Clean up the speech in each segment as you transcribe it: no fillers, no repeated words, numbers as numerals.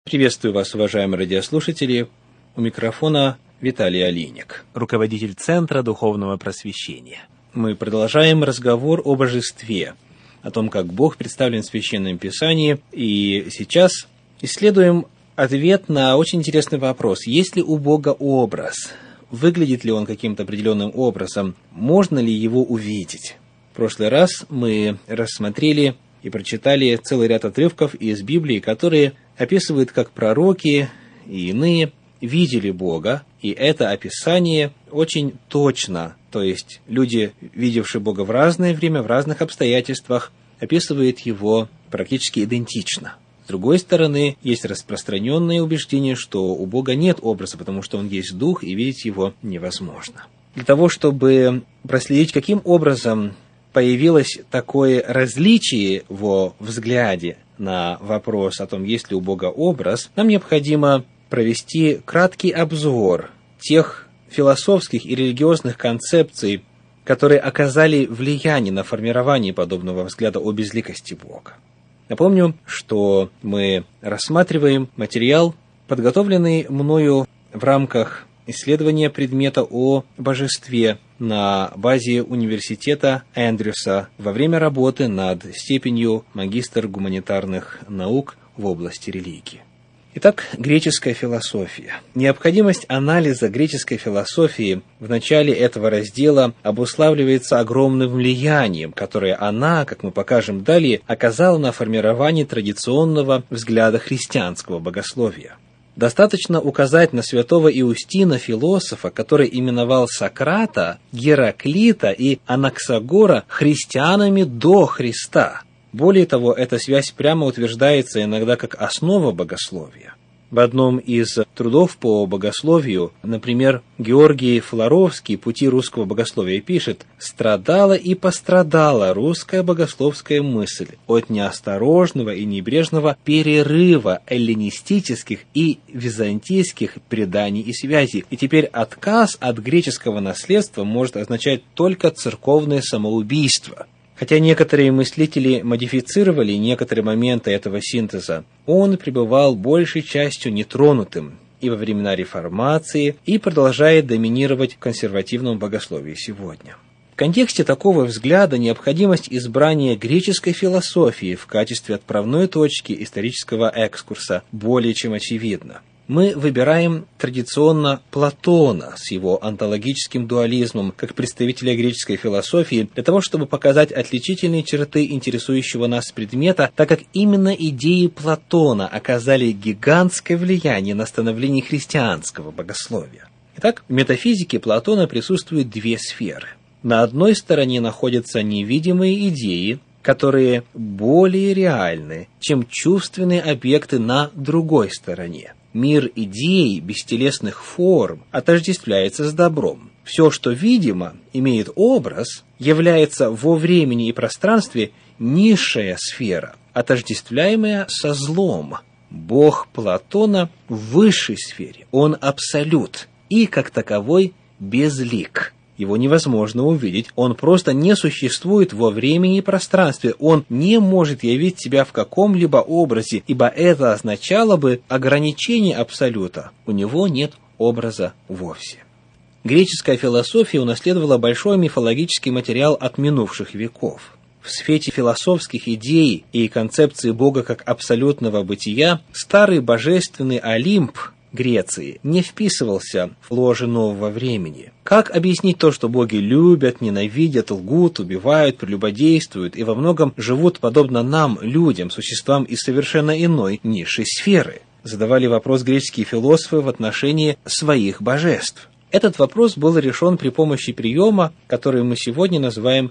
Приветствую вас, уважаемые радиослушатели. У микрофона Виталий Алиник, руководитель Центра Духовного Просвещения. Мы продолжаем разговор о божестве, о том, как Бог представлен в Священном Писании. И сейчас исследуем ответ на очень интересный вопрос. Есть ли у Бога образ? Выглядит ли он каким-то определенным образом? Можно ли его увидеть? В прошлый раз мы рассмотрели и прочитали целый ряд отрывков из Библии, которые описывают, как пророки и иные видели Бога, и это описание очень точно, то есть люди, видевшие Бога в разное время, в разных обстоятельствах, описывают его практически идентично. С другой стороны, есть распространенное убеждение, что у Бога нет образа, потому что Он есть Дух, и видеть Его невозможно. Для того, чтобы проследить, каким образом появилось такое различие во взгляде на вопрос о том, есть ли у Бога образ, нам необходимо провести краткий обзор тех философских и религиозных концепций, которые оказали влияние на формирование подобного взгляда о безликости Бога. Напомню, что мы рассматриваем материал, подготовленный мною в рамках исследования предмета о божестве на базе университета Эндрюса во время работы над степенью магистр гуманитарных наук в области религии. Итак, греческая философия. Необходимость анализа греческой философии в начале этого раздела обуславливается огромным влиянием, которое она, как мы покажем далее, оказала на формирование традиционного взгляда христианского богословия. Достаточно указать на святого Иустина, философа, который именовал Сократа, Гераклита и Анаксагора христианами до Христа. Более того, эта связь прямо утверждается иногда как основа богословия. В одном из трудов по богословию, например, Георгий Флоровский «Пути русского богословия» пишет: «Страдала и пострадала русская богословская мысль от неосторожного и небрежного перерыва эллинистических и византийских преданий и связей, и теперь отказ от греческого наследства может означать только церковное самоубийство». Хотя некоторые мыслители модифицировали некоторые моменты этого синтеза, он пребывал большей частью нетронутым и во времена Реформации, и продолжает доминировать в консервативном богословии сегодня. В контексте такого взгляда необходимость избрания греческой философии в качестве отправной точки исторического экскурса более чем очевидна. Мы выбираем традиционно Платона с его онтологическим дуализмом как представителя греческой философии для того, чтобы показать отличительные черты интересующего нас предмета, так как именно идеи Платона оказали гигантское влияние на становление христианского богословия. Итак, в метафизике Платона присутствуют две сферы. На одной стороне находятся невидимые идеи, которые более реальны, чем чувственные объекты на другой стороне. Мир идей, бестелесных форм отождествляется с добром. Все, что видимо, имеет образ, является во времени и пространстве низшая сфера, отождествляемая со злом. Бог Платона в высшей сфере, он абсолют и, как таковой, безлик. Его невозможно увидеть, он просто не существует во времени и пространстве, он не может явить себя в каком-либо образе, ибо это означало бы ограничение абсолюта, у него нет образа вовсе. Греческая философия унаследовала большой мифологический материал от минувших веков. В свете философских идей и концепции Бога как абсолютного бытия, старый божественный Олимп Греции не вписывался в ложе нового времени. Как объяснить то, что боги любят, ненавидят, лгут, убивают, прелюбодействуют и во многом живут подобно нам, людям, существам из совершенно иной низшей сферы? Задавали вопрос греческие философы в отношении своих божеств. Этот вопрос был решен при помощи приема, который мы сегодня называем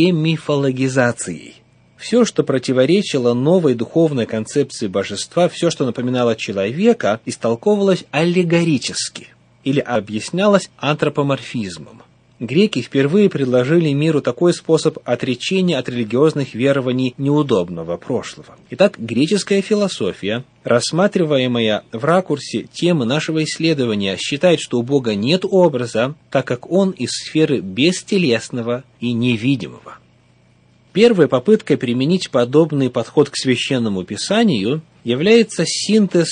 демифологизацией. Все, что противоречило новой духовной концепции божества, все, что напоминало человека, истолковывалось аллегорически или объяснялось антропоморфизмом. Греки впервые предложили миру такой способ отречения от религиозных верований неудобного прошлого. Итак, греческая философия, рассматриваемая в ракурсе темы нашего исследования, считает, что у Бога нет образа, так как Он из сферы бестелесного и невидимого. Первой попыткой применить подобный подход к Священному Писанию является синтез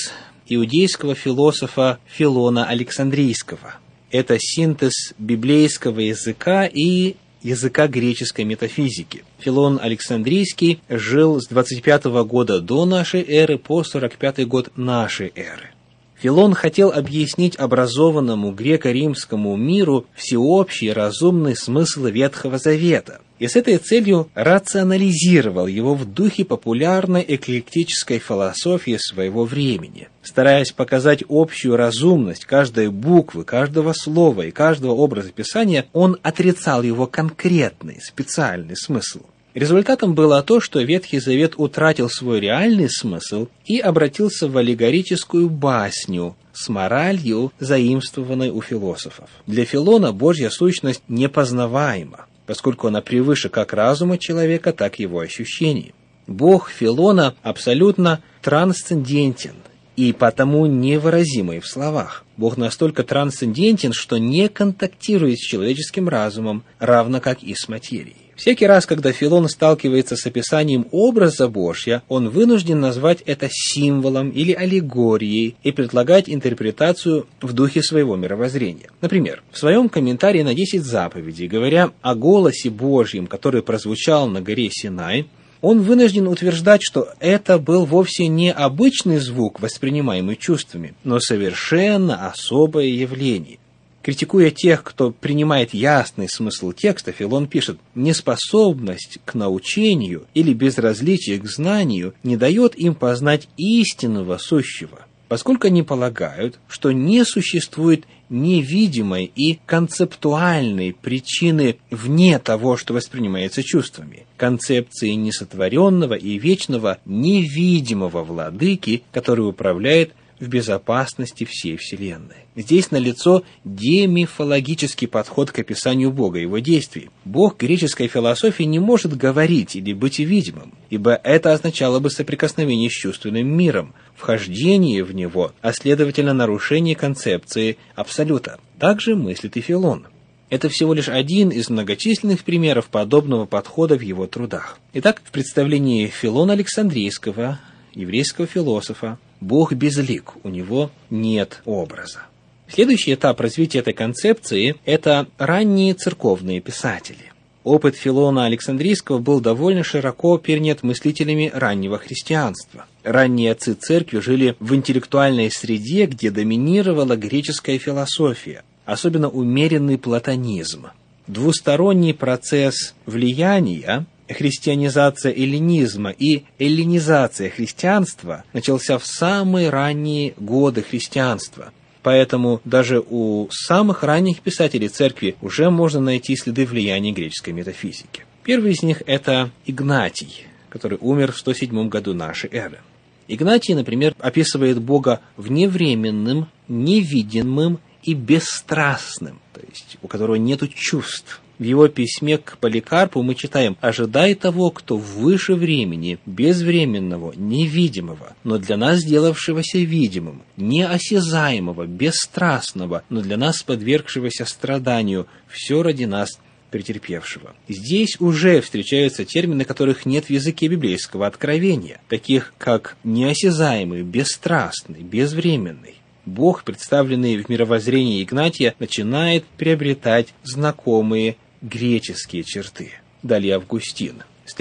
иудейского философа Филона Александрийского. Это синтез библейского языка и языка греческой метафизики. Филон Александрийский жил с 25 года до нашей эры по 45 год нашей эры. Филон хотел объяснить образованному греко-римскому миру всеобщий разумный смысл Ветхого Завета, и с этой целью рационализировал его в духе популярной эклектической философии своего времени. Стараясь показать общую разумность каждой буквы, каждого слова и каждого образа Писания, он отрицал его конкретный, специальный смысл. Результатом было то, что Ветхий Завет утратил свой реальный смысл и обратился в аллегорическую басню с моралью, заимствованной у философов. Для Филона Божья сущность непознаваема, поскольку она превыше как разума человека, так и его ощущений. Бог Филона абсолютно трансцендентен и потому невыразимый в словах. Бог настолько трансцендентен, что не контактирует с человеческим разумом, равно как и с материей. Всякий раз, когда Филон сталкивается с описанием образа Божья, он вынужден назвать это символом или аллегорией и предлагать интерпретацию в духе своего мировоззрения. Например, в своем комментарии на 10 заповедей, говоря о голосе Божьем, который прозвучал на горе Синай, он вынужден утверждать, что это был вовсе не обычный звук, воспринимаемый чувствами, но совершенно особое явление. Критикуя тех, кто принимает ясный смысл текста, Филон пишет: «Неспособность к научению или безразличие к знанию не дает им познать истинного сущего, поскольку они полагают, что не существует невидимой и концептуальной причины вне того, что воспринимается чувствами, концепции несотворенного и вечного невидимого владыки, который управляет в безопасности всей Вселенной». Здесь налицо демифологический подход к описанию Бога и его действий. Бог греческой философии не может говорить или быть видимым, ибо это означало бы соприкосновение с чувственным миром, вхождение в него, а следовательно нарушение концепции абсолюта. Также мыслит и Филон. Это всего лишь один из многочисленных примеров подобного подхода в его трудах. Итак, в представлении Филона Александрийского, еврейского философа, Бог безлик, у него нет образа. Следующий этап развития этой концепции – это ранние церковные писатели. Опыт Филона Александрийского был довольно широко перенят мыслителями раннего христианства. Ранние отцы церкви жили в интеллектуальной среде, где доминировала греческая философия, особенно умеренный платонизм. Двусторонний процесс влияния, христианизация эллинизма и эллинизация христианства начался в самые ранние годы христианства. Поэтому даже у самых ранних писателей церкви уже можно найти следы влияния греческой метафизики. Первый из них – это Игнатий, который умер в 107 году нашей эры. Игнатий, например, описывает Бога вневременным, невидимым и бесстрастным, то есть у которого нет чувств. В его письме к Поликарпу мы читаем: «Ожидай того, кто выше времени, безвременного, невидимого, но для нас сделавшегося видимым, неосязаемого, бесстрастного, но для нас подвергшегося страданию, все ради нас претерпевшего». Здесь уже встречаются термины, которых нет в языке библейского откровения, таких как неосязаемый, бесстрастный, безвременный. Бог, представленный в мировоззрении Игнатия, начинает приобретать знакомые греческие черты. Далее Августин, с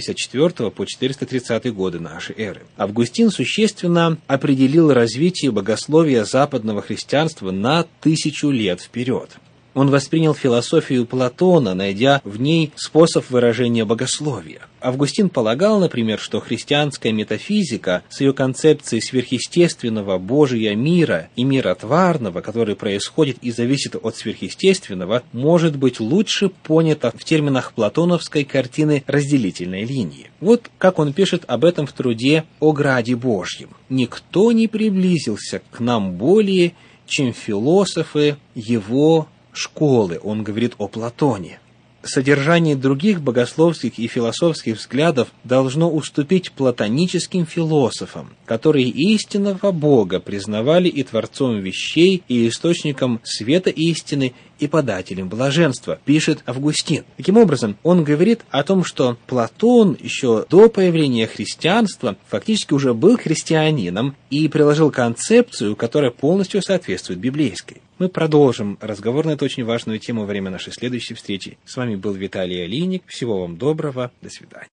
354 по 430 годы нашей эры. Августин существенно определил развитие богословия западного христианства на 1000 лет вперед. Он воспринял философию Платона, найдя в ней способ выражения богословия. Августин полагал, например, что христианская метафизика с ее концепцией сверхъестественного Божия мира и мира тварного, который происходит и зависит от сверхъестественного, может быть лучше понята в терминах платоновской картины разделительной линии. Вот как он пишет об этом в труде «О граде Божьем». «Никто не приблизился к нам более, чем философы его школы», он говорит о Платоне. содержание других богословских и философских взглядов должно уступить платоническим философам, которые истинного Бога признавали и Творцом вещей, и источником света истины, и подателем блаженства, пишет Августин. Таким образом, он говорит о том, что Платон еще до появления христианства фактически уже был христианином и приложил концепцию, которая полностью соответствует библейской. Мы продолжим разговор на эту очень важную тему во время нашей следующей встречи. С вами был Виталий Алиник. Всего вам доброго. До свидания.